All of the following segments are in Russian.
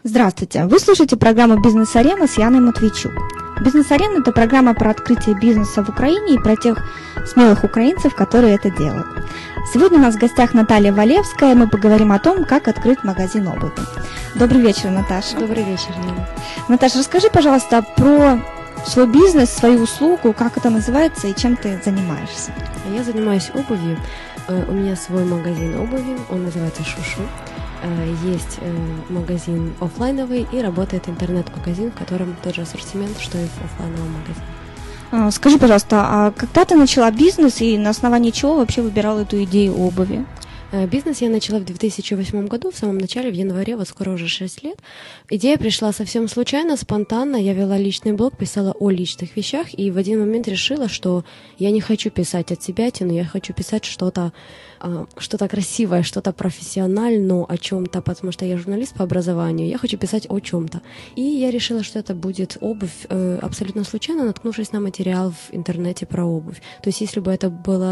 Здравствуйте! Вы слушаете программу «Бизнес-арена» с Яной Матвейчук. «Бизнес-арена» – это программа про открытие бизнеса в Украине и про тех смелых украинцев, которые это делают. Сегодня у нас в гостях Наталья Валевская, и мы поговорим о том, как открыть магазин обуви. Добрый вечер, Наташа. Добрый вечер, Яна. Наташа, расскажи, пожалуйста, про свой бизнес, свою услугу, как это называется и чем ты занимаешься. Я занимаюсь обувью. У меня свой магазин обуви, он называется «Шушу». Есть магазин офлайновый и работает интернет-магазин, в котором тот же ассортимент, что и в офлайновом магазине. Скажи, пожалуйста, а когда ты начала бизнес и на основании чего вообще выбирала эту идею обуви? Бизнес я начала в 2008 году, в самом начале, в январе, вот скоро уже 6 лет. Идея пришла совсем случайно, спонтанно. Я вела личный блог, писала о личных вещах, и в один момент решила, что я не хочу писать от себятины, я хочу писать что-то красивое, что-то профессиональное о чем-то, потому что я журналист по образованию, я хочу писать о чем-то. И я решила, что это будет обувь, абсолютно случайно, наткнувшись на материал в интернете про обувь. То есть если бы это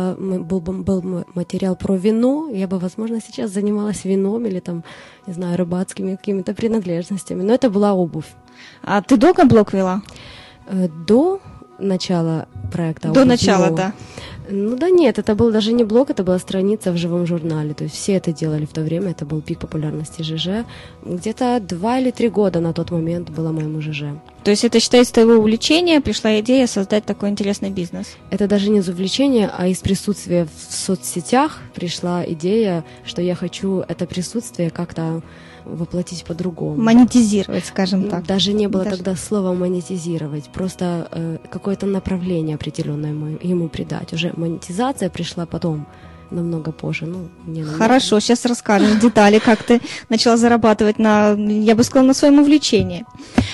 был материал про вино, я бы, возможно, сейчас занималась вином или там, не знаю, рыбацкими какими-то принадлежностями, но это была обувь. А ты долго блог вела? До начала проекта. До начала, да. Ну да нет, это был даже не блог, это была страница в живом журнале. То есть все это делали в то время, это был пик популярности ЖЖ. Где-то 2 или 3 года на тот момент было моему ЖЖ. То есть это, считай, из твоего увлечения пришла идея создать такой интересный бизнес? Это даже не из увлечения, а из присутствия в соцсетях пришла идея, что я хочу это присутствие как-то воплотить по-другому. Монетизировать, скажем так. Даже не было тогда слова монетизировать, просто какое-то направление определенное ему придать. Уже монетизация пришла потом, намного позже. Хорошо, сейчас расскажешь детали, как ты начала зарабатывать я бы сказала, на своем увлечении.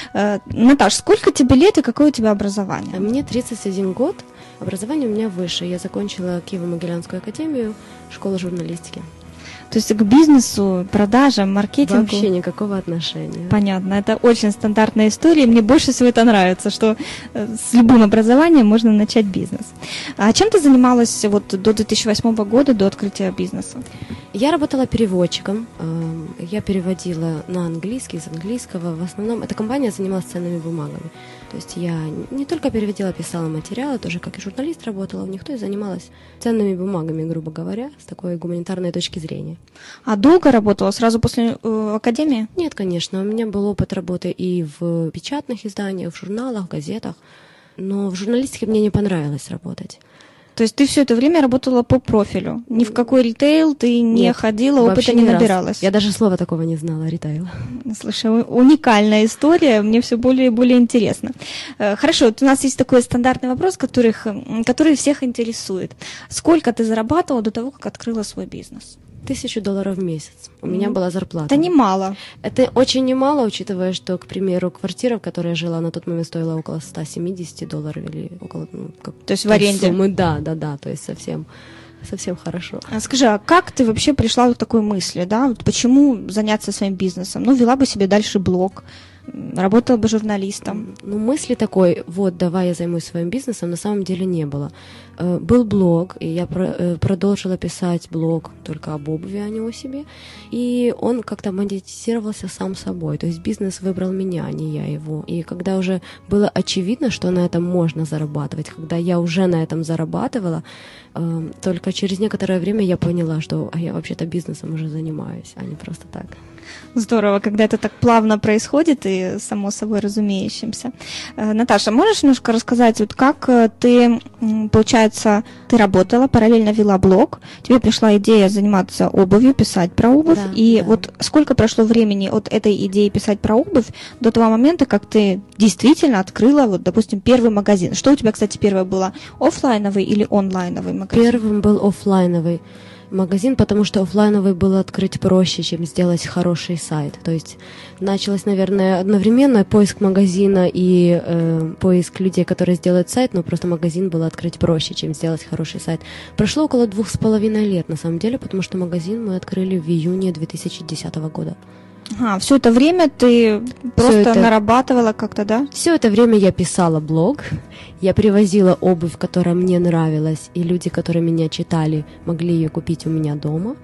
Наташ, сколько тебе лет и какое у тебя образование? Мне 31 год, образование у меня высшее. Я закончила Киево-Могилянскую академию, школу журналистики. То есть к бизнесу, продажам, маркетингу? Вообще никакого отношения. Понятно, это очень стандартная история, и мне больше всего это нравится, что с любым образованием можно начать бизнес. А чем ты занималась до 2008 года, до открытия бизнеса? Я работала переводчиком, я переводила на английский, из английского. В основном эта компания занималась ценными бумагами. То есть я не только переводила, писала материалы, тоже как и журналист работала в них, то есть занималась ценными бумагами, грубо говоря, с такой гуманитарной точки зрения. А долго работала? Сразу после академии? Нет, конечно. У меня был опыт работы и в печатных изданиях, в журналах, в газетах, но в журналистике мне не понравилось работать. То есть ты все это время работала по профилю? Ни в какой ритейл ты не ходила, опыта не набиралась? Я даже слова такого не знала, ритейл. Слушай, уникальная история, мне все более и более интересно. Хорошо, вот у нас есть такой стандартный вопрос, который всех интересует. Сколько ты зарабатывала до того, как открыла свой бизнес? $1000 в месяц. У меня была зарплата. Это немало. Это очень немало, учитывая, что, к примеру, квартира, в которой я жила, на тот момент стоила около $170 или около... То есть в аренде? Суммы, да, то есть совсем хорошо. Скажи, а как ты вообще пришла к такой мысли, да? Вот почему заняться своим бизнесом? Вела бы себе дальше блог, работала бы журналистом. Мысли такой, давай я займусь своим бизнесом, на самом деле не было. Был блог, и я продолжила писать блог только об обуви, а не о себе. И он как-то монетизировался сам собой. То есть бизнес выбрал меня, а не я его. И когда уже было очевидно, что на этом можно зарабатывать, когда я уже на этом зарабатывала, только через некоторое время я поняла, что я вообще-то бизнесом уже занимаюсь, а не просто так. Здорово, когда это так плавно происходит и само собой разумеющимся. Наташа, можешь немножко рассказать, как ты, получается, ты работала, параллельно вела блог, тебе пришла идея заниматься обувью, писать про обувь, сколько прошло времени от этой идеи писать про обувь до того момента, как ты действительно открыла, допустим, первый магазин? Что у тебя, кстати, первое было, офлайновый или онлайновый магазин? Первым был офлайновый магазин, потому что офлайновый было открыть проще, чем сделать хороший сайт. То есть началось, наверное, одновременно поиск магазина и поиск людей, которые сделают сайт, но просто магазин было открыть проще, чем сделать хороший сайт. Прошло около 2,5 лет, на самом деле, потому что магазин мы открыли в июне 2010 года. Все это время ты просто нарабатывала как-то, да? Все это время я писала блог, я привозила обувь, которая мне нравилась, и люди, которые меня читали, могли ее купить у меня дома.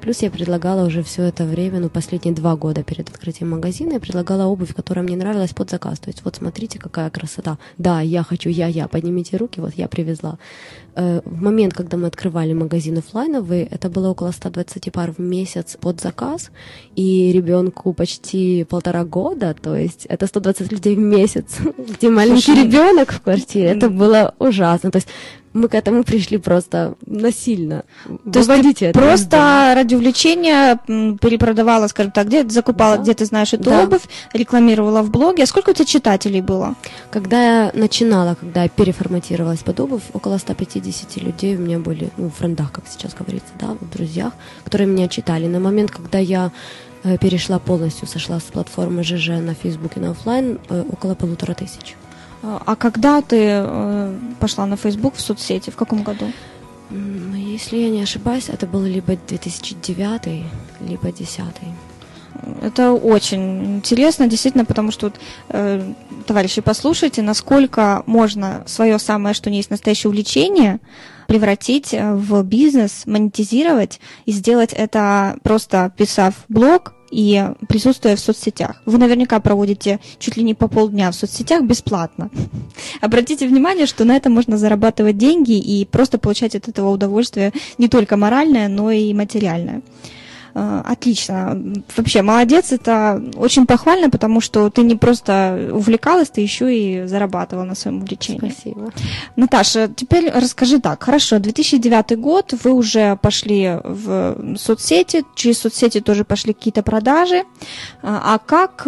Плюс я предлагала уже все это время, последние 2 года перед открытием магазина, я предлагала обувь, которая мне нравилась, под заказ. То есть вот смотрите, какая красота. Да, я хочу, поднимите руки, вот я привезла. В момент, когда мы открывали магазин офлайновый, это было около 120 пар в месяц под заказ, и ребенку почти 1,5 года, то есть это 120 людей в месяц, где маленький ребенок в квартире, это было ужасно. То есть мы к этому пришли просто насильно. То есть ты просто ради увлечения перепродавала, скажем так, где закупала, где ты знаешь эту обувь, рекламировала в блоге. А сколько у тебя читателей было? Когда я переформатировалась под обувь, около 150 людей у меня были, в френдах, как сейчас говорится, в друзьях, которые меня читали. На момент, когда я перешла полностью, сошла с платформы ЖЖ на Facebook и на офлайн, около 1500. А когда ты пошла на Facebook, в соцсети, в каком году? Если я не ошибаюсь, это был либо 2009, либо 2010. Это очень интересно, действительно, потому что, товарищи, послушайте, насколько можно свое самое, что не есть настоящее увлечение, превратить в бизнес, монетизировать и сделать это просто писав блог и присутствуя в соцсетях. Вы наверняка проводите чуть ли не по полдня в соцсетях бесплатно. Обратите внимание, что на этом можно зарабатывать деньги и просто получать от этого удовольствие не только моральное, но и материальное. Отлично. Вообще, молодец, это очень похвально, потому что ты не просто увлекалась, ты еще и зарабатывала на своем увлечении. Спасибо. Наташа, теперь расскажи так. Хорошо, 2009 год, вы уже пошли в соцсети, через соцсети тоже пошли какие-то продажи. А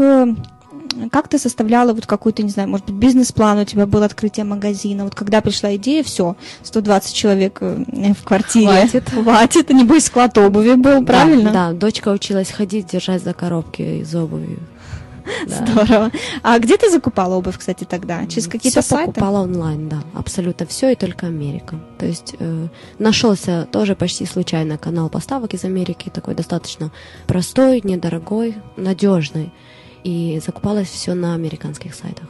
как ты составляла какой-то, не знаю, может быть, бизнес-план у тебя был, открытие магазина? Вот когда пришла идея, все, 120 человек в квартире. Хватит. Небось, склад обуви был, правильно? Да, дочка училась ходить, держать за коробки из обуви. Здорово. А где ты закупала обувь, кстати, тогда? Через какие-то сайты? Покупала онлайн, да, абсолютно все и только Америка. То есть нашелся тоже почти случайно канал поставок из Америки, такой достаточно простой, недорогой, надежный. И закупалось все на американских сайтах.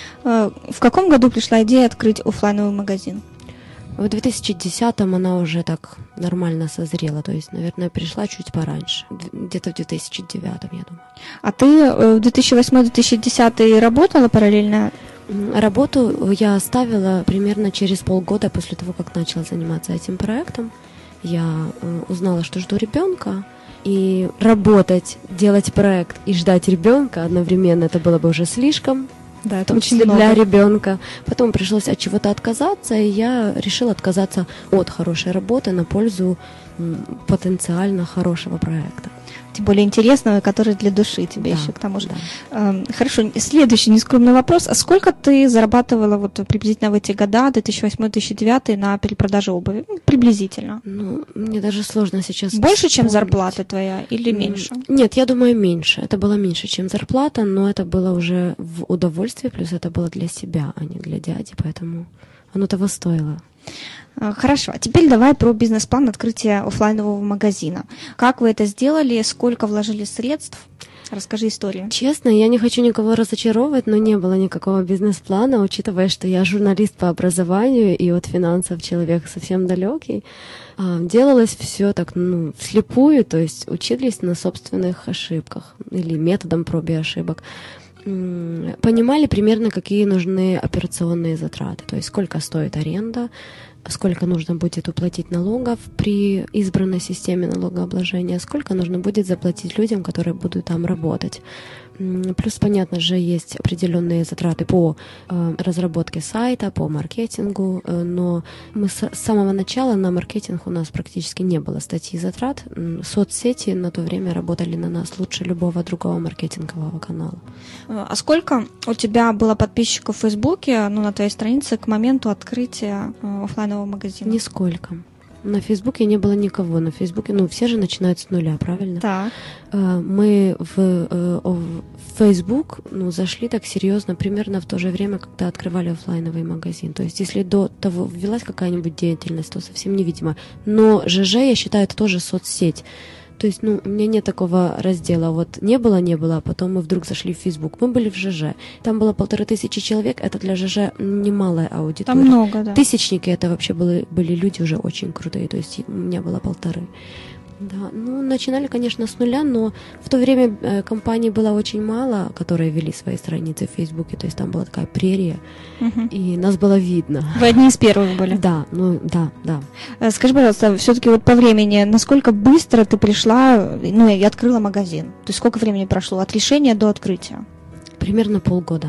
В каком году пришла идея открыть офлайновый магазин? В 2010-м она уже так нормально созрела, то есть, наверное, пришла чуть пораньше, где-то в 2009-м, я думаю. А ты в 2008-2010 работала параллельно? Работу я оставила примерно через полгода после того, как начала заниматься этим проектом. Я узнала, что жду ребенка. И работать, делать проект и ждать ребенка одновременно, это было бы уже слишком. Да, это очень много. Для ребенка. Потом пришлось от чего-то отказаться, и я решила отказаться от хорошей работы на пользу потенциально хорошего проекта. Тем более интересного, который для души тебе еще к тому же. Да. Хорошо, следующий нескромный вопрос. А сколько ты зарабатывала приблизительно в эти года, 2008-2009, на перепродаже обуви? Приблизительно. Мне даже сложно сейчас больше, чем зарплата твоя или меньше? Нет, я думаю, меньше. Это было меньше, чем зарплата, но это было уже в удовольствие, плюс это было для себя, а не для дяди, поэтому оно того стоило. Хорошо, а теперь давай про бизнес-план открытия офлайнового магазина. Как вы это сделали, сколько вложили средств? Расскажи историю. Честно, я не хочу никого разочаровывать, но не было никакого бизнес-плана, учитывая, что я журналист по образованию и от финансов человек совсем далекий. Делалось все так, вслепую, то есть учились на собственных ошибках или методом проб и ошибок. Понимали примерно, какие нужны операционные затраты, то есть сколько стоит аренда, сколько нужно будет уплатить налогов при избранной системе налогообложения, сколько нужно будет заплатить людям, которые будут там работать. Плюс, понятно же, есть определенные затраты по разработке сайта, по маркетингу, но мы с самого начала на маркетинг у нас практически не было статьи затрат. Соцсети на то время работали на нас лучше любого другого маркетингового канала. А сколько у тебя было подписчиков в Фейсбуке, на твоей странице к моменту открытия офлайнового магазина? Нисколько. На Фейсбуке не было никого. На Фейсбуке, все же начинают с нуля, правильно? Да. Мы в Фейсбук зашли так серьезно примерно в то же время, когда открывали офлайновый магазин. То есть, если до того ввелась какая-нибудь деятельность, то совсем невидимо. Но ЖЖ, я считаю, это тоже соцсеть. То есть, у меня нет такого раздела. Не было, а потом мы вдруг зашли в Facebook. Мы были в ЖЖ. Там было 1500 человек. Это для ЖЖ немалая аудитория. Там много, да. Тысячники это вообще были люди уже очень крутые. То есть, у меня было 1500. Да, ну, начинали, конечно, с нуля, но в то время компаний было очень мало, которые вели свои страницы в Фейсбуке, то есть там была такая прерия, и нас было видно. Вы одни из первых были? Да, ну, да. Скажи, пожалуйста, все-таки вот по времени, насколько быстро ты пришла, ну, и открыла магазин? То есть сколько времени прошло от решения до открытия? Примерно полгода.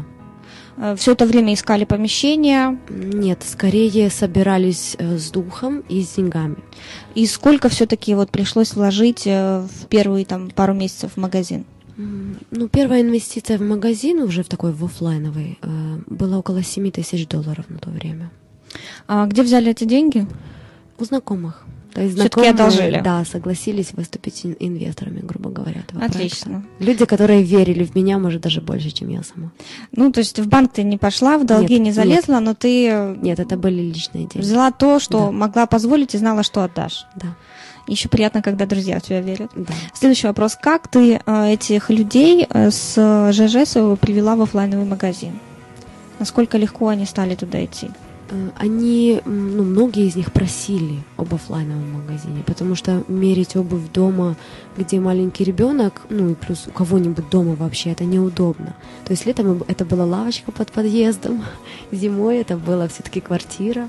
Все это время искали помещение? Нет, скорее собирались с духом и с деньгами. И сколько все-таки вот пришлось вложить в первые там пару месяцев в магазин? Ну, первая инвестиция в магазин, уже в такой в офлайновый, была около $7,000 на то время. А где взяли эти деньги? У знакомых. То есть все-таки одолжили? Да, согласились выступить инвесторами, грубо говоря, этого Отлично. проекта. Люди, которые верили в меня, может, даже больше, чем я сама. Ну, то есть в банк ты не пошла, в долги не залезла, но ты... Нет, это были личные деньги. Взяла то, что могла позволить и знала, что отдашь. Да. Еще приятно, когда друзья в тебя верят. Да. Следующий вопрос. Как ты этих людей с ЖЖ своего привела в офлайновый магазин? Насколько легко они стали туда идти? Они, многие из них просили об офлайновом магазине, потому что мерить обувь дома, где маленький ребенок, и плюс у кого-нибудь дома вообще, это неудобно. То есть летом это была лавочка под подъездом, зимой это была все-таки квартира,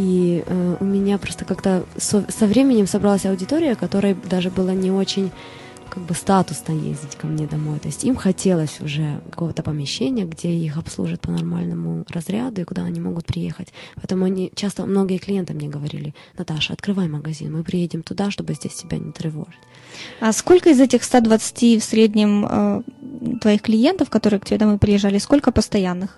и у меня просто как-то со временем собралась аудитория, которой даже было не очень статусно ездить ко мне домой. То есть им хотелось уже какого-то помещения, где их обслужат по нормальному разряду и куда они могут приехать. Поэтому многие клиенты мне говорили: Наташа, открывай магазин, мы приедем туда, чтобы здесь тебя не тревожить. А сколько из этих 120 в среднем твоих клиентов, которые к тебе домой приезжали, сколько постоянных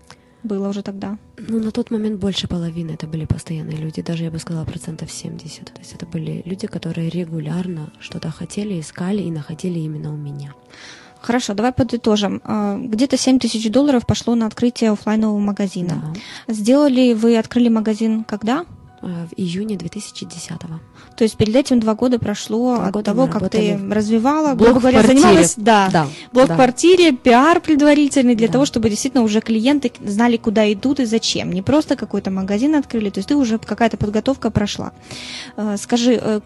было уже тогда? На тот момент больше половины это были постоянные люди, даже, я бы сказала, 70%. То есть это были люди, которые регулярно что-то хотели, искали и находили именно у меня. Хорошо, давай подытожим. Где-то $7,000 пошло на открытие офлайнового магазина. Да. Открыли магазин когда? В июне 2010-го. То есть перед этим 2 года прошло от того, как ты развивала, блог грубо говоря, занималась блог в квартире, пиар предварительный для того, чтобы действительно уже клиенты знали, куда идут и зачем. Не просто какой-то магазин открыли, то есть ты уже какая-то подготовка прошла. Скажи,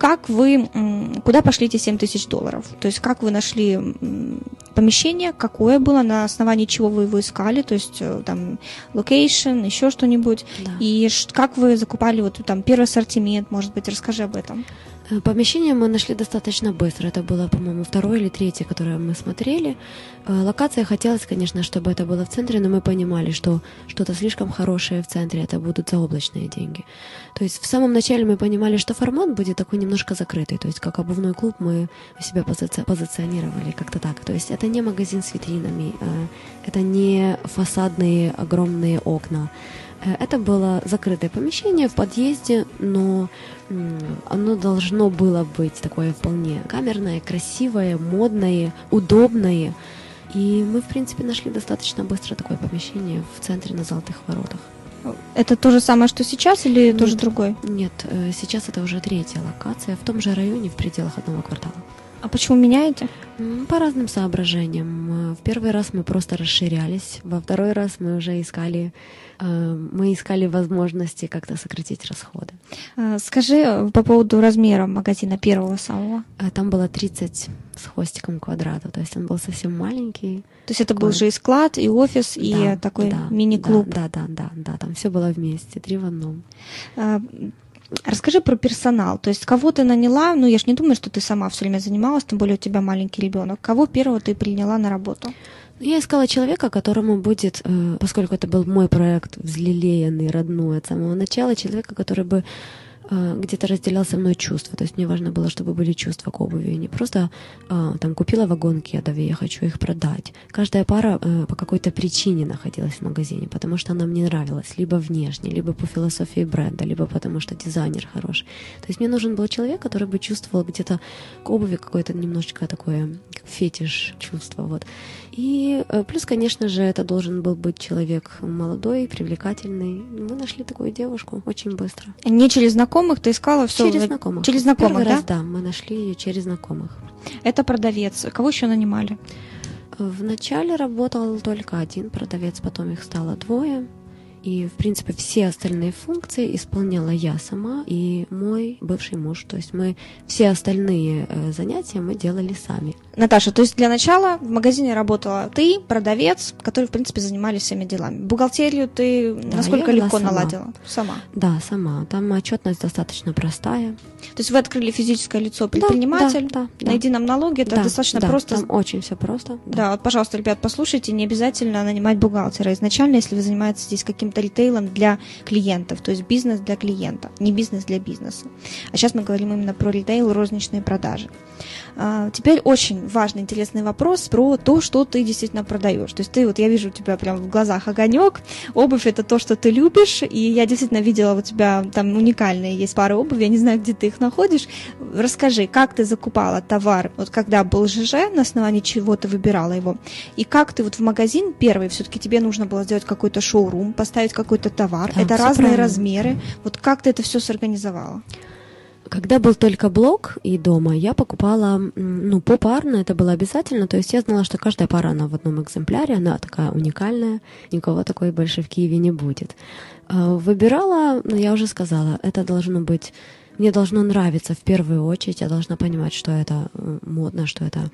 куда пошли эти $7,000? То есть как вы нашли помещение, какое было, на основании чего вы его искали, то есть там локейшн, еще что-нибудь, и как вы закупали первый ассортимент, может быть, расскажи об этом. Помещение мы нашли достаточно быстро. Это было, по-моему, 2 или 3, которое мы смотрели. Локация хотелось, конечно, чтобы это было в центре, но мы понимали, что что-то слишком хорошее в центре, это будут заоблачные деньги. То есть в самом начале мы понимали, что формат будет такой немножко закрытый, то есть как обувной клуб мы себя позиционировали как-то так. То есть это не магазин с витринами, это не фасадные огромные окна. Это было закрытое помещение в подъезде, но оно должно было быть такое вполне камерное, красивое, модное, удобное. И мы, в принципе, нашли достаточно быстро такое помещение в центре на Золотых воротах. Это то же самое, что сейчас, или тоже другой? Нет, сейчас это уже 3-я локация, в том же районе, в пределах одного квартала. А почему меняете? По разным соображениям. В первый раз мы просто расширялись, во второй раз мы уже искали возможности как-то сократить расходы. Скажи по поводу размера магазина первого самого. Там было 30 с хвостиком квадратов, то есть он был совсем маленький. То есть это был же и склад, и офис, и такой мини-клуб. Да, там все было вместе, 3 в одном. Расскажи про персонал, то есть кого ты наняла, я ж не думаю, что ты сама все время занималась, тем более у тебя маленький ребенок. Кого первого ты приняла на работу? Я искала человека, которому будет, поскольку это был мой проект, взлелеянный, родной от самого начала, человека, который бы где-то разделял со мной чувства. То есть мне важно было, чтобы были чувства к обуви. Не просто купила вагон кедов, и я хочу их продать. Каждая пара по какой-то причине находилась в магазине, потому что она мне нравилась. Либо внешне, либо по философии бренда, либо потому что дизайнер хороший. То есть мне нужен был человек, который бы чувствовал где-то к обуви какое-то немножечко такое, как фетиш чувства. Вот. И плюс, конечно же, это должен был быть человек молодой, привлекательный. Мы нашли такую девушку очень быстро. Не через знакомых, ты искала все? Через знакомых. Через знакомых, Первый раз, да, мы нашли ее через знакомых. Это продавец. Кого еще нанимали? Вначале работал только один продавец, потом их стало 2. И, в принципе, все остальные функции исполняла я сама и мой бывший муж. То есть мы все остальные занятия мы делали сами. Наташа, то есть для начала в магазине работала ты, продавец, который, в принципе, занимались всеми делами. Бухгалтерию ты насколько легко наладила? Сама? Да, сама. Там отчетность достаточно простая. То есть вы открыли физическое лицо, предприниматель, да, на едином налоге, это достаточно просто. Там очень все просто. Да, вот, пожалуйста, ребят, послушайте, не обязательно нанимать бухгалтера изначально, если вы занимаетесь здесь каким-то ритейлом для клиентов, то есть бизнес для клиента, не бизнес для бизнеса. А сейчас мы говорим именно про ритейл, розничные продажи. Теперь очень важный, интересный вопрос про то, что ты действительно продаешь. То есть ты, вот я вижу у тебя прям в глазах огонек, обувь — это то, что ты любишь, и я действительно видела у тебя там уникальные есть пары обуви, я не знаю, где ты их находишь. Расскажи, как ты закупала товар, вот когда был ЖЖ, на основании чего ты выбирала его, и как ты вот в магазин первый, все-таки тебе нужно было сделать какой-то шоурум, поставить какой-то товар, да, это разные размеры, вот как ты это все сорганизовала? Когда был только блог и дома, я покупала, попарно, это было обязательно, то есть я знала, что каждая пара, она в одном экземпляре, она такая уникальная, никого такой больше в Киеве не будет. Выбирала, я уже сказала, это должно быть, мне должно нравиться в первую очередь, я должна понимать, что это модно, что это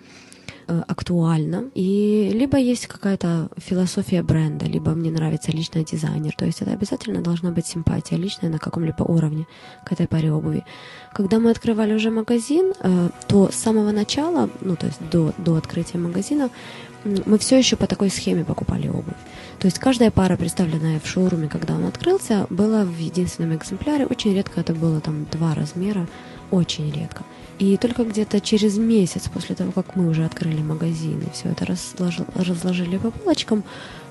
актуально, и либо есть какая-то философия бренда, либо мне нравится личный дизайнер, то есть это обязательно должна быть симпатия личная на каком-либо уровне к этой паре обуви. Когда мы открывали уже магазин, то с самого начала, то есть до открытия магазина, мы все еще по такой схеме покупали обувь. То есть каждая пара, представленная в шоуруме, когда он открылся, была в единственном экземпляре, очень редко это было там 2 размера, очень редко. И только где-то через месяц после того, как мы уже открыли магазин и все это разложили по полочкам,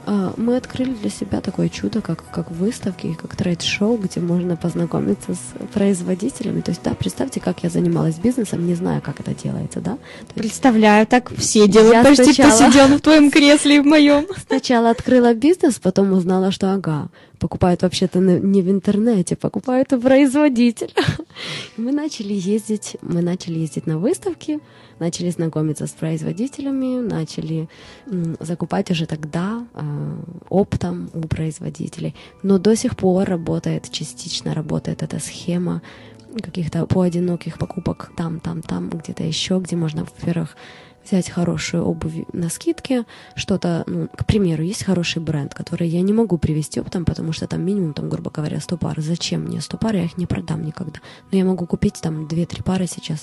мы открыли для себя такое чудо, как выставки, как трейд-шоу, где можно познакомиться с производителями. То есть, да, представьте, как я занималась бизнесом, не зная, как это делается, да? Представляю, так все делают, почти кто сидел в твоем кресле и в моем. Сначала открыла бизнес, потом узнала, что покупают вообще-то не в интернете, покупают у производителя. Мы начали ездить на выставки, начали знакомиться с производителями, начали закупать уже тогда оптом у производителей. Но до сих пор частично работает эта схема каких-то поодиноких покупок там, где-то еще, где можно, во-первых, взять хорошую обувь на скидке, что-то, к примеру, есть хороший бренд, который я не могу привезти оптом, потому что там минимум, грубо говоря, 100 пар. Зачем мне 100 пар? Я их не продам никогда. Но я могу купить 2-3 пары сейчас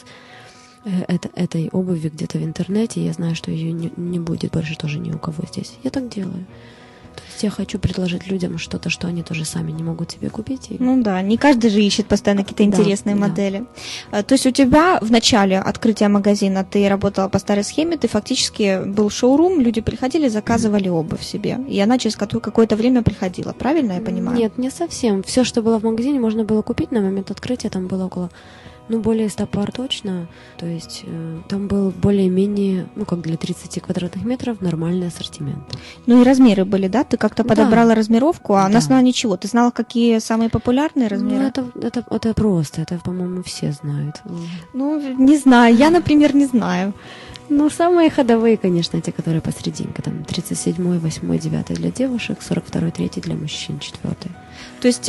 этой обуви где-то в интернете, и я знаю, что ее не будет больше тоже ни у кого здесь. Я так делаю. То есть я хочу предложить людям что-то, что они тоже сами не могут себе купить. Ну да, не каждый же ищет постоянно какие-то интересные модели. То есть у тебя в начале открытия магазина ты работала по старой схеме, ты фактически был шоурум, люди приходили, заказывали обувь себе, и она через какое-то время приходила, правильно я понимаю? Нет, не совсем. Все, что было в магазине, можно было купить на момент открытия, там было около более 100 пар точно, то есть там был более-менее, как для 30 квадратных метров, нормальный ассортимент. Ну и размеры были, да? Ты как-то подобрала размеровку, а на основании чего? Ты знала, какие самые популярные размеры? Это просто, это, по-моему, все знают. Не знаю, я, например, не знаю. Самые ходовые, конечно, те, которые посерединке, там 37-й, 8-й, 9-й для девушек, 42-й, 3-й для мужчин, 4-й. То есть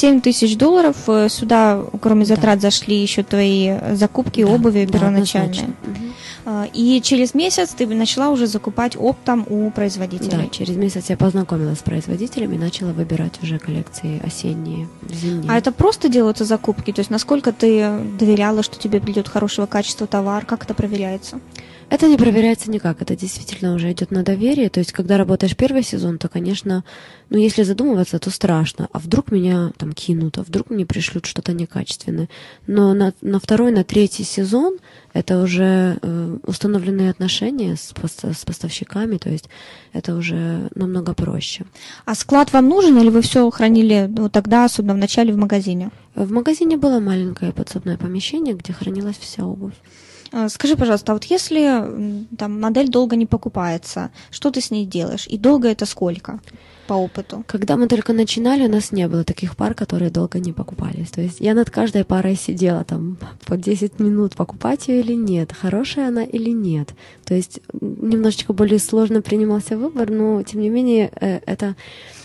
$7000 сюда, кроме затрат, зашли еще твои закупки обуви первоначальные. И через месяц ты начала уже закупать оптом у производителей. Да, через месяц я познакомилась с производителями и начала выбирать уже коллекции осенние, зимние. А это просто делаются закупки? То есть насколько ты доверяла, что тебе придет хорошего качества товар? Как это проверяется? Это не проверяется никак, это действительно уже идет на доверие. То есть, когда работаешь первый сезон, то, конечно, если задумываться, то страшно. А вдруг меня там кинут, а вдруг мне пришлют что-то некачественное. Но на второй, на третий сезон это уже установленные отношения с поставщиками, то есть это уже намного проще. А склад вам нужен, или вы все хранили тогда, особенно в начале, в магазине? В магазине было маленькое подсобное помещение, где хранилась вся обувь. Скажи, пожалуйста, а вот если там модель долго не покупается, что ты с ней делаешь? И долго это сколько по опыту? Когда мы только начинали, у нас не было таких пар, которые долго не покупались. То есть я над каждой парой сидела там по 10 минут, покупать ее или нет, хорошая она или нет. То есть немножечко более сложно принимался выбор, но тем не менее это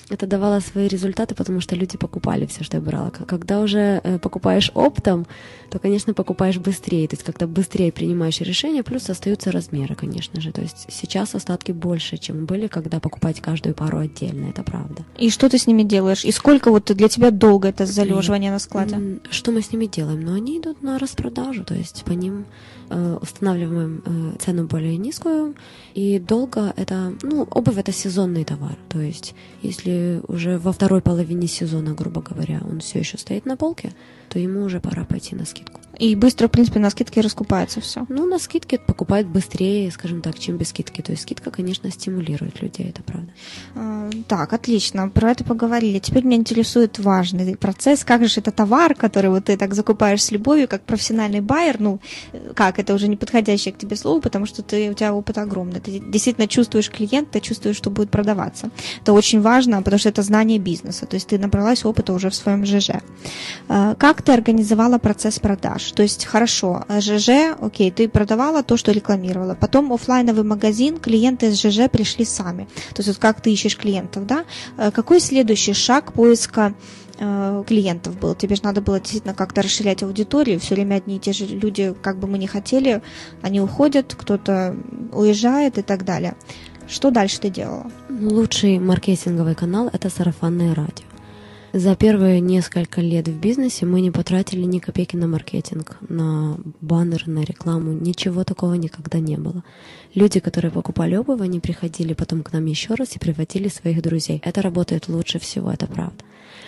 это давало свои результаты, потому что люди покупали все, что я брала. Когда уже покупаешь оптом, то, конечно, покупаешь быстрее, то есть когда быстрее принимаешь решения, плюс остаются размеры, конечно же. То есть сейчас остатки больше, чем были, когда покупать каждую пару отдельно, это правда. И что ты с ними делаешь? И сколько вот для тебя долго это залеживание на складе? Что мы с ними делаем? Ну, они идут на распродажу, то есть по ним устанавливаем цену более низкую, и долго это, обувь — это сезонный товар, то есть если уже во второй половине сезона, грубо говоря, он все еще стоит на полке, то ему уже пора пойти на скидку. И быстро, в принципе, на скидке раскупается все. На скидке покупают быстрее, скажем так, чем без скидки. То есть скидка, конечно, стимулирует людей, это правда. Так, отлично, про это поговорили. Теперь меня интересует важный процесс. Как же это товар, который вот ты так закупаешь с любовью, как профессиональный байер? Это уже не подходящее к тебе слово, потому что у тебя опыт огромный. Ты действительно чувствуешь клиента, ты чувствуешь, что будет продаваться. Это очень важно, потому что это знание бизнеса. То есть ты набралась опыта уже в своем ЖЖ. Как ты организовала процесс продаж? То есть, хорошо, ЖЖ, окей, ты продавала то, что рекламировала. Потом офлайновый магазин, клиенты из ЖЖ пришли сами. То есть, вот как ты ищешь клиентов, да? Какой следующий шаг поиска клиентов был? Тебе же надо было действительно как-то расширять аудиторию. Все время одни и те же люди, как бы мы ни хотели, они уходят, кто-то уезжает и так далее. Что дальше ты делала? Лучший маркетинговый канал — это сарафанное радио. За первые несколько лет в бизнесе мы не потратили ни копейки на маркетинг, на баннер, на рекламу. Ничего такого никогда не было. Люди, которые покупали обувь, они приходили потом к нам еще раз и приводили своих друзей. Это работает лучше всего, это правда.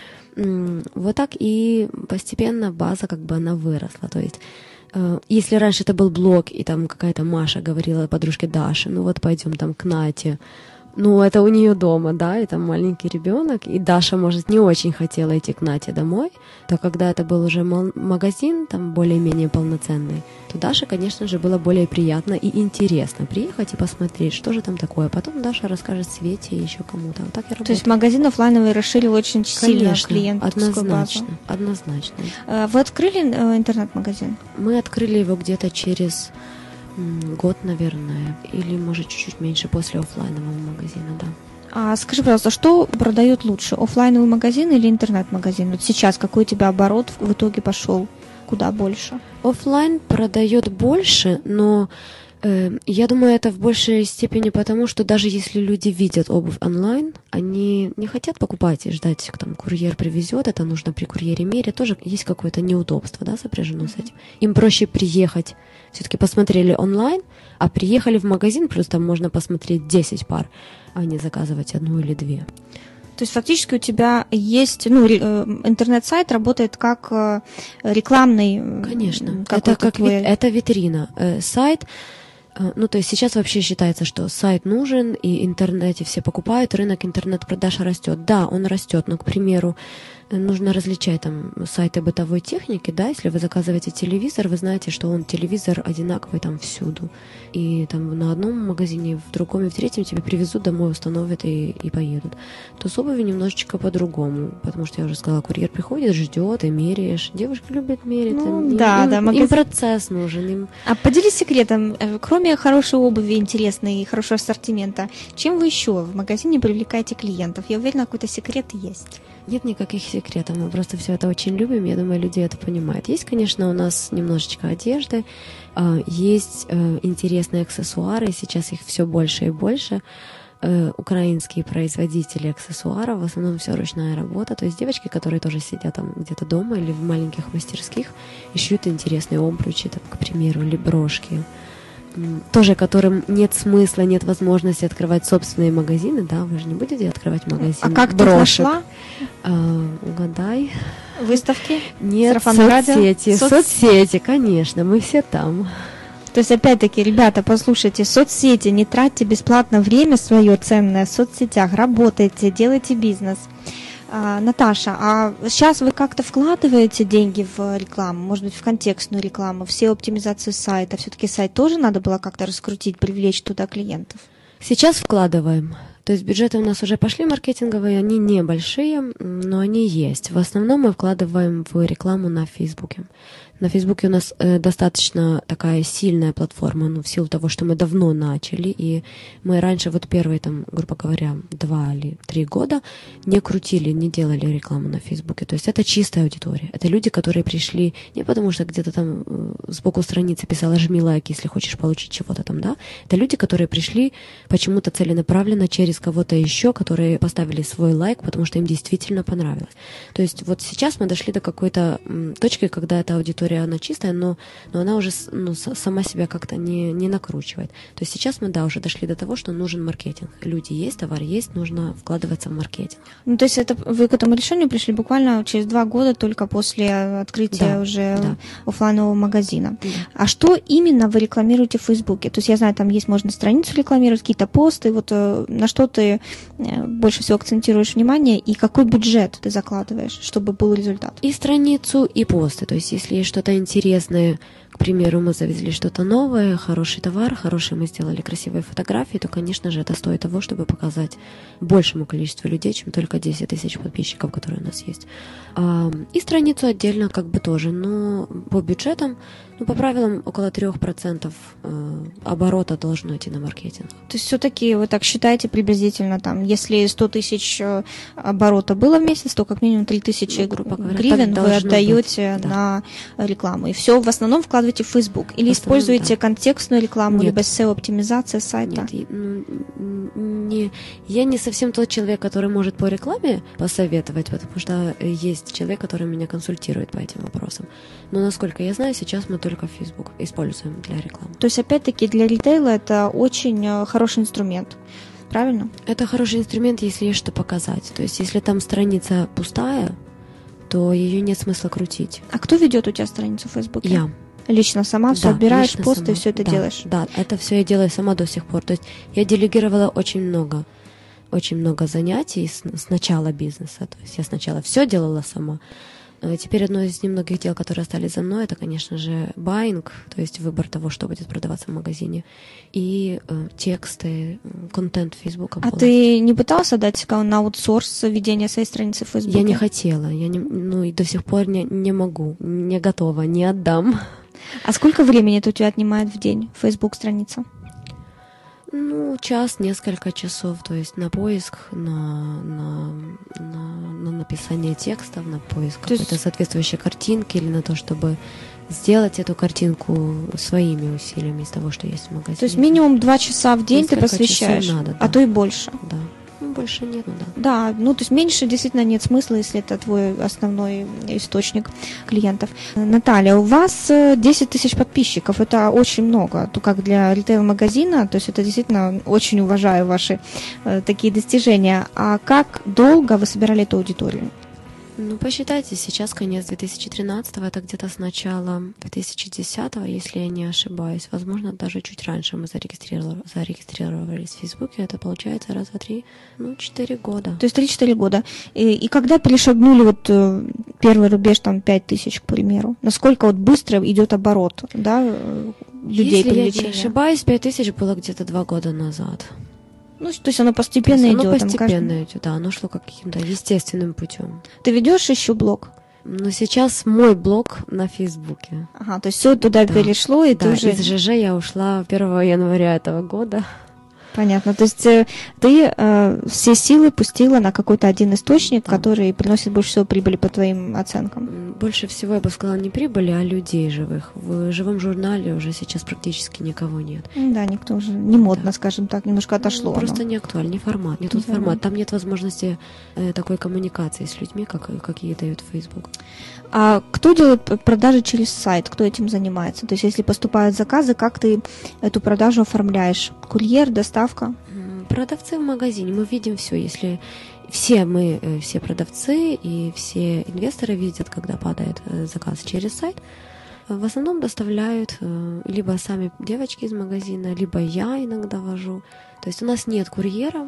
Вот так и постепенно база она выросла. То есть если раньше это был блог, и там какая-то Маша говорила подружке Даше, пойдем там к Нате, это у нее дома, да, и там маленький ребенок, и Даша, может, не очень хотела идти к Нате домой, то когда это был уже магазин, там более-менее полноценный, то Даше, конечно же, было более приятно и интересно приехать и посмотреть, что же там такое. Потом Даша расскажет Свете и еще кому-то. Вот так я работаю. То есть магазин офлайновый расширил очень сильно клиентскую базу. Однозначно. Вы открыли интернет-магазин? Мы открыли его где-то через год, наверное, или, может, чуть-чуть меньше после офлайнового магазина, да. А скажи, пожалуйста, что продает лучше, офлайновый магазин или интернет-магазин? Вот сейчас какой у тебя оборот в итоге пошел? Куда больше? Офлайн продает больше, но я думаю, это в большей степени потому, что даже если люди видят обувь онлайн, они не хотят покупать и ждать, курьер привезет, это нужно при курьере мере, тоже есть какое-то неудобство, да, сопряжено с этим. Им проще приехать, все-таки посмотрели онлайн, а приехали в магазин, плюс там можно посмотреть 10 пар, а не заказывать одну или две. То есть фактически у тебя есть, интернет-сайт работает как рекламный. Конечно, это витрина. Сайт. То есть сейчас вообще считается, что сайт нужен, и интернете все покупают, рынок интернет-продаж растет. Да, он растет, но, к примеру, нужно различать сайты бытовой техники, да, если вы заказываете телевизор, вы знаете, что телевизор одинаковый всюду. И на одном магазине, в другом и в третьем тебе привезут домой, установят и поедут. То с обувью немножечко по-другому, потому что я уже сказала, курьер приходит, ждет, и меряешь. Девушки любят мерить. Им процесс нужен. А поделись секретом, кроме хорошей обуви, интересной и хорошего ассортимента, чем вы еще в магазине привлекаете клиентов? Я уверена, какой-то секрет есть. Нет никаких секретов, мы просто все это очень любим, я думаю, люди это понимают. Есть, конечно, у нас немножечко одежды, есть интересные аксессуары, сейчас их все больше и больше. Украинские производители аксессуаров, в основном все ручная работа, то есть девочки, которые тоже сидят где-то дома или в маленьких мастерских и шьют интересные обручи, к примеру, или брошки. Тоже которым нет смысла, нет возможности открывать собственные магазины, да, вы же не будете открывать магазин брошек. А как ты нашла? Угадай. Выставки? Нет, соцсети, конечно, мы все там. То есть, опять-таки, ребята, послушайте, соцсети, не тратьте бесплатно время свое ценное в соцсетях, работайте, делайте бизнес. Наташа, а сейчас вы как-то вкладываете деньги в рекламу, может быть, в контекстную рекламу, в SEO-оптимизацию сайта? Все-таки сайт тоже надо было как-то раскрутить, привлечь туда клиентов? Сейчас вкладываем. То есть бюджеты у нас уже пошли маркетинговые, они небольшие, но они есть. В основном мы вкладываем в рекламу на Фейсбуке. На Фейсбуке у нас достаточно такая сильная платформа, ну, в силу того, что мы давно начали, и мы раньше, вот первые, там, грубо говоря, 2 или 3 года не крутили, не делали рекламу на Фейсбуке. То есть это чистая аудитория. Это люди, которые пришли не потому, что где-то там сбоку страницы писала «жми лайк, если хочешь получить чего-то там», да? Это люди, которые пришли почему-то целенаправленно через кого-то еще, которые поставили свой лайк, потому что им действительно понравилось. То есть вот сейчас мы дошли до какой-то точки, когда эта аудитория, она чистая, но она уже сама себя как-то не накручивает. То есть сейчас мы, да, уже дошли до того, что нужен маркетинг. Люди есть, товар есть, нужно вкладываться в маркетинг. Ну, то есть это вы к этому решению пришли буквально через 2 года только после открытия уже офлайнового магазина. Да. А что именно вы рекламируете в Фейсбуке? То есть я знаю, там есть, можно страницу рекламировать, какие-то посты, вот на что ты больше всего акцентируешь внимание и какой бюджет ты закладываешь, чтобы был результат? И страницу, и посты. То есть если есть что-то интересное, к примеру, мы завезли что-то новое, хороший товар, мы сделали красивые фотографии, то, конечно же, это стоит того, чтобы показать большему количеству людей, чем только 10 тысяч подписчиков, которые у нас есть. И страницу отдельно как бы тоже, но по бюджетам, по правилам, около 3% оборота должно идти на маркетинг. То есть все-таки вы так считаете приблизительно, там, если 100 тысяч оборота было в месяц, то как минимум 3 тысячи гривен вы отдаете на рекламу. И все в основном вкладываете в Facebook. Или используете контекстную рекламу, либо SEO-оптимизация сайта? Нет, я не совсем тот человек, который может по рекламе посоветовать, потому что есть человек, который меня консультирует по этим вопросам. Но, насколько я знаю, сейчас мы только Facebook используем для рекламы. То есть, опять-таки, для ритейла это очень хороший инструмент, правильно? Это хороший инструмент, если есть что показать. То есть, если там страница пустая, то ее нет смысла крутить. А кто ведет у тебя страницу в Фейсбуке? Я. Лично сама все отбираешь, посты, сама. И все это делаешь? Да, это все я делаю сама до сих пор. То есть я делегировала очень много занятий с начала бизнеса. То есть я сначала все делала сама. Теперь одно из немногих дел, которые остались за мной, это, конечно же, байинг, то есть выбор того, что будет продаваться в магазине, и тексты, контент Фейсбука. А ты не пыталась отдать на аутсорс ведение своей страницы в Фейсбуке? Я не хотела, и до сих пор не могу, не готова, не отдам. А сколько времени это у тебя отнимает в день Фейсбук-страница? Час, несколько часов, то есть на поиск, на написание текстов, на поиск какой-то соответствующей картинки или на то, чтобы сделать эту картинку своими усилиями из того, что есть в магазине. То есть минимум 2 часа в день несколько ты посвящаешь, надо, а то и больше. Да. Больше нет, да. Да, то есть меньше действительно нет смысла, если это твой основной источник клиентов. Наталья, у вас 10 тысяч подписчиков, это очень много, как для ритейл-магазина, то есть это действительно очень уважаю ваши такие достижения. А как долго вы собирали эту аудиторию? Посчитайте, сейчас конец 2013-го, это где-то с начала 2010-го, если я не ошибаюсь. Возможно, даже чуть раньше мы зарегистрировались в Фейсбуке. Это получается 4 года. То есть 3-4 года. И когда перешагнули первый рубеж, 5 тысяч, к примеру, насколько быстро идет оборот, да, людей привлечения? Если я не ошибаюсь, 5 тысяч было где-то 2 года назад. То есть оно постепенно идет. Оно постепенно идет, да, оно шло каким-то естественным путем. Ты ведешь еще блог? Сейчас мой блог на Фейсбуке. Ага, то есть все туда перешло, и ты уже... из ЖЖ я ушла 1 января этого года. Понятно. То есть ты все силы пустила на какой-то один источник, который приносит больше всего прибыли по твоим оценкам? Больше всего, я бы сказала, не прибыли, а людей живых. В живом журнале уже сейчас практически никого нет. Да, никто уже не модно, скажем так, немножко отошло. Просто не актуально, не формат, не тот формат. Там нет возможности такой коммуникации с людьми, как ей дает Facebook. А кто делает продажи через сайт? Кто этим занимается? То есть если поступают заказы, как ты эту продажу оформляешь? Курьер, доставка? Продавцы в магазине. Мы видим все. Если все продавцы и все инвесторы видят, когда падает заказ через сайт, в основном доставляют либо сами девочки из магазина, либо я иногда вожу. То есть у нас нет курьеров.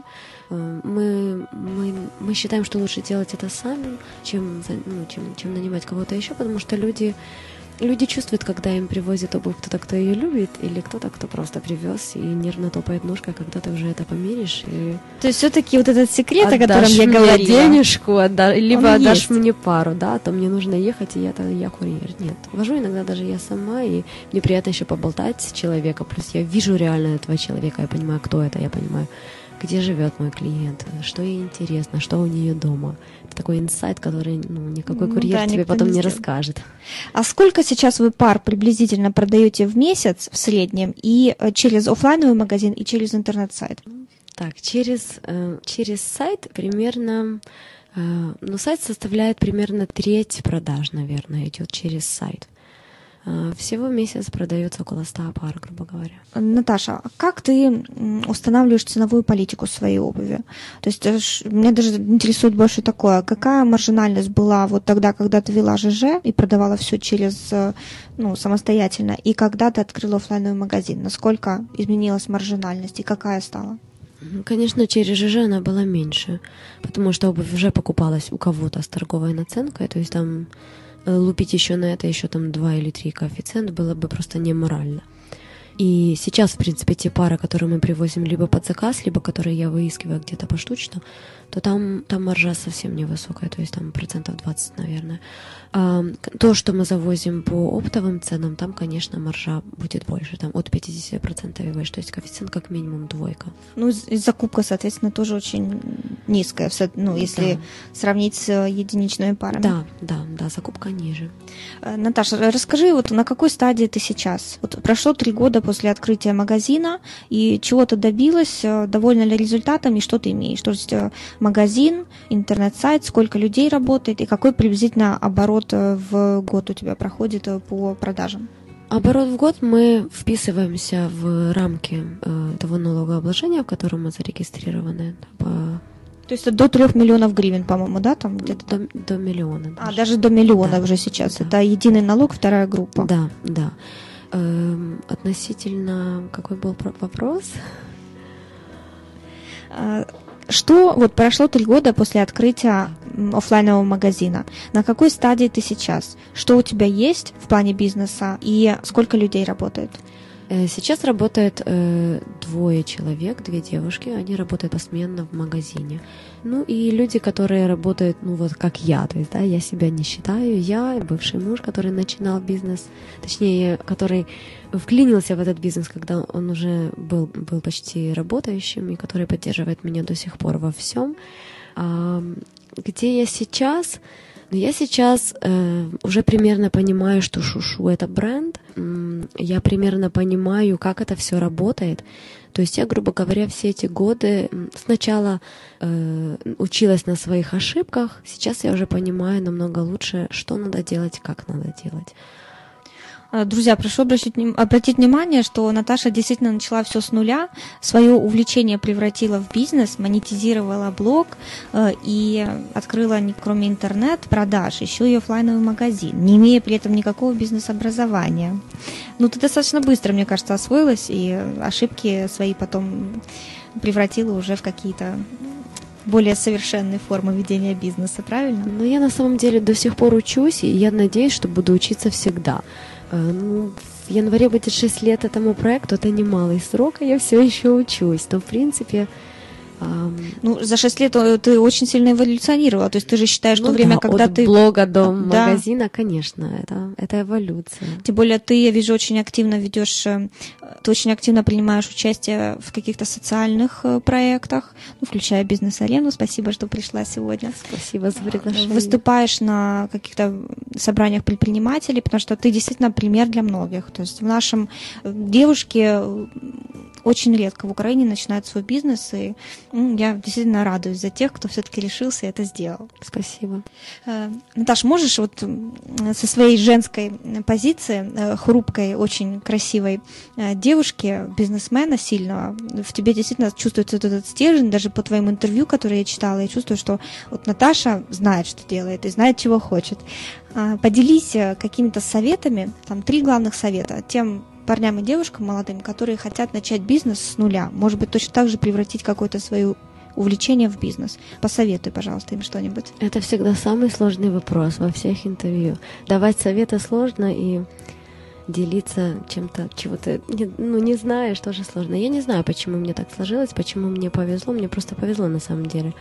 Мы считаем, что лучше делать это сами, чем нанимать кого-то еще, потому что люди люди чувствуют, когда им привозят обувь кто-то ее любит, или кто-то, кто просто привез и нервно топает ножкой, когда ты уже это померишь. И то есть все-таки вот этот секрет, о котором я говорила. Денежку, либо отдашь есть. мне пару, да, то мне нужно ехать, и я курьер. Нет, вожу иногда даже я сама, и мне приятно еще поболтать с человеком, плюс я вижу реально этого человека, я понимаю, кто это, я понимаю, где живет мой клиент, что ей интересно, что у нее дома. Это такой инсайт, который никакой курьер тебе потом не расскажет. А сколько сейчас вы пар приблизительно продаете в месяц в среднем и через офлайновый магазин, и через интернет-сайт? Так, через сайт примерно, сайт составляет примерно треть продаж, наверное, идет через сайт. Всего в месяц продается около 100 пар, грубо говоря. Наташа, как ты устанавливаешь ценовую политику своей обуви? То есть меня даже интересует больше такое, какая маржинальность была вот тогда, когда ты вела ЖЖ и продавала все через, самостоятельно, и когда ты открыла офлайновый магазин? Насколько изменилась маржинальность и какая стала? Конечно, через ЖЖ она была меньше, потому что обувь уже покупалась у кого-то с торговой наценкой, то есть там лупить еще на это, еще там 2 или 3 коэффициент было бы просто неморально. И сейчас, в принципе, те пары, которые мы привозим либо под заказ, либо которые я выискиваю где-то поштучно, то там маржа совсем невысокая, то есть там 20%, наверное. А то, что мы завозим по оптовым ценам, там, конечно, маржа будет больше, там от 50% и выше, то есть коэффициент как минимум 2. И закупка, соответственно, тоже очень низкая, если сравнить с единичными парами. Да, закупка ниже. Наташа, расскажи, вот на какой стадии ты сейчас? Вот прошло 3 года после открытия магазина, и чего ты добилась, довольна ли результатом, и что ты имеешь? То есть магазин, интернет-сайт, сколько людей работает, и какой приблизительно оборот в год у тебя проходит по продажам? Оборот в год мы вписываемся в рамки того налогообложения, в котором мы зарегистрированы. То есть до 3 миллионов гривен, по-моему, да? Там где-то? До миллиона. Даже до миллиона уже сейчас. Да. Это единый налог, вторая группа. Да. Относительно, какой был вопрос? Что вот прошло 3 года после открытия офлайнового магазина? На какой стадии ты сейчас? Что у тебя есть в плане бизнеса и сколько людей работает? Сейчас работает 2 человек, 2 девушки, они работают посменно в магазине. И люди, которые работают, как я, то есть, я себя не считаю, я, бывший муж, который начинал бизнес, точнее, который вклинился в этот бизнес, когда он уже был почти работающим, и который поддерживает меня до сих пор во всем. Где я сейчас? Я сейчас уже примерно понимаю, что Шушу — это бренд. Я примерно понимаю, как это все работает. То есть я, грубо говоря, все эти годы сначала училась на своих ошибках, сейчас я уже понимаю намного лучше, что надо делать, как надо делать. Друзья, прошу обратить внимание, что Наташа действительно начала все с нуля, свое увлечение превратила в бизнес, монетизировала блог и открыла, кроме интернет-продаж, еще и офлайновый магазин, не имея при этом никакого бизнес-образования. Ты достаточно быстро, мне кажется, освоилась, и ошибки свои потом превратила уже в какие-то более совершенные формы ведения бизнеса, правильно? Я на самом деле до сих пор учусь, и я надеюсь, что буду учиться всегда. В январе будет 6 лет этому проекту, это немалый срок, а я все еще учусь. Но, в принципе, за 6 лет ты очень сильно эволюционировала. То есть ты же считаешь, что время, когда от блога до магазина, конечно, это эволюция. Тем более ты, я вижу, очень активно ведешь, ты очень активно принимаешь участие в каких-то социальных проектах, включая бизнес-арену. Спасибо, что пришла сегодня. Спасибо за приглашение. Выступаешь на каких-то собраниях предпринимателей, потому что ты действительно пример для многих. То есть в нашем девушке очень редко в Украине начинают свой бизнес, и я действительно радуюсь за тех, кто все-таки решился и это сделал. Спасибо. Наташ, можешь вот со своей женской позиции, хрупкой, очень красивой девушки, бизнесмена сильного, в тебе действительно чувствуется вот этот стержень, даже по твоим интервью, которые я читала, я чувствую, что вот Наташа знает, что делает, и знает, чего хочет. Поделись какими-то советами, 3 главных совета тем парням и девушкам молодым, которые хотят начать бизнес с нуля, может быть, точно так же превратить какую-то свою увлечение в бизнес? Посоветуй, пожалуйста, им что-нибудь. Это всегда самый сложный вопрос во всех интервью. Давать советы сложно, и делиться чем-то, чего ты не знаешь, тоже сложно. Я не знаю, почему мне так сложилось, почему мне повезло. Мне просто повезло на самом деле.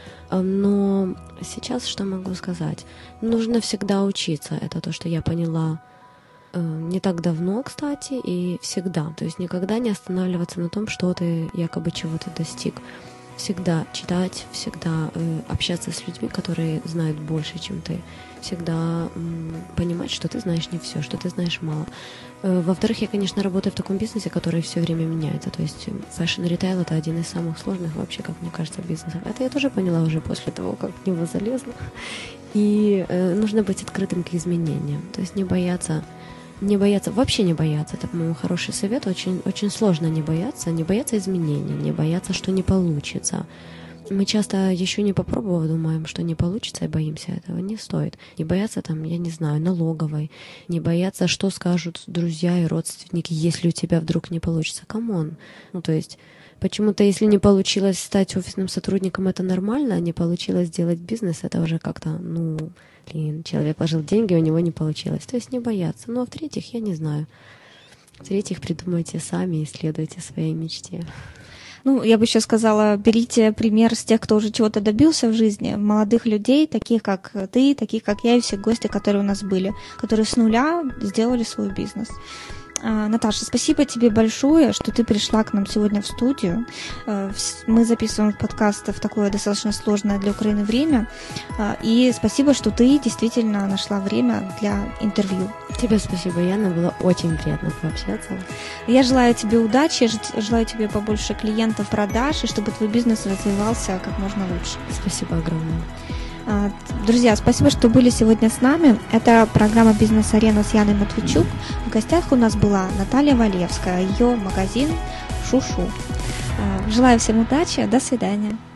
Но сейчас что могу сказать? Нужно всегда учиться. Это то, что я поняла не так давно, кстати, и всегда. То есть никогда не останавливаться на том, что ты якобы чего-то достиг. Всегда читать, всегда общаться с людьми, которые знают больше, чем ты. Всегда понимать, что ты знаешь не все, что ты знаешь мало. Во-вторых, я, конечно, работаю в таком бизнесе, который все время меняется. То есть фэшн-ритейл — это один из самых сложных вообще, как мне кажется, бизнесов. Это я тоже поняла уже после того, как в него залезла. И нужно быть открытым к изменениям. То есть не бояться, вообще не бояться. Это, по-моему, хороший совет. Очень, очень сложно не бояться изменений, не бояться, что не получится. Мы часто, еще не попробовав, думаем, что не получится, и боимся этого. Не стоит. Не бояться там, я не знаю, налоговой, не бояться, что скажут друзья и родственники, если у тебя вдруг не получится. Камон. То есть почему-то, если не получилось стать офисным сотрудником, это нормально, а не получилось сделать бизнес, это уже как-то, человек вложил деньги, у него не получилось. То есть не бояться. Ну, а в-третьих, я не знаю. В-третьих, придумайте сами и следуйте своей мечте. Я бы еще сказала, берите пример с тех, кто уже чего-то добился в жизни, молодых людей, таких как ты, таких как я и все гости, которые у нас были, которые с нуля сделали свой бизнес. Наташа, спасибо тебе большое, что ты пришла к нам сегодня в студию. Мы записываем подкаст в такое достаточно сложное для Украины время. И спасибо, что ты действительно нашла время для интервью. Тебе спасибо, Яна. Было очень приятно пообщаться. Я желаю тебе удачи, желаю тебе побольше клиентов, продаж, и чтобы твой бизнес развивался как можно лучше. Спасибо огромное. Друзья, спасибо, что были сегодня с нами. Это программа «Бизнес-арена» с Яной Матвейчук. В гостях у нас была Наталья Валевская, ее магазин «Шу-шу». Желаю всем удачи, до свидания.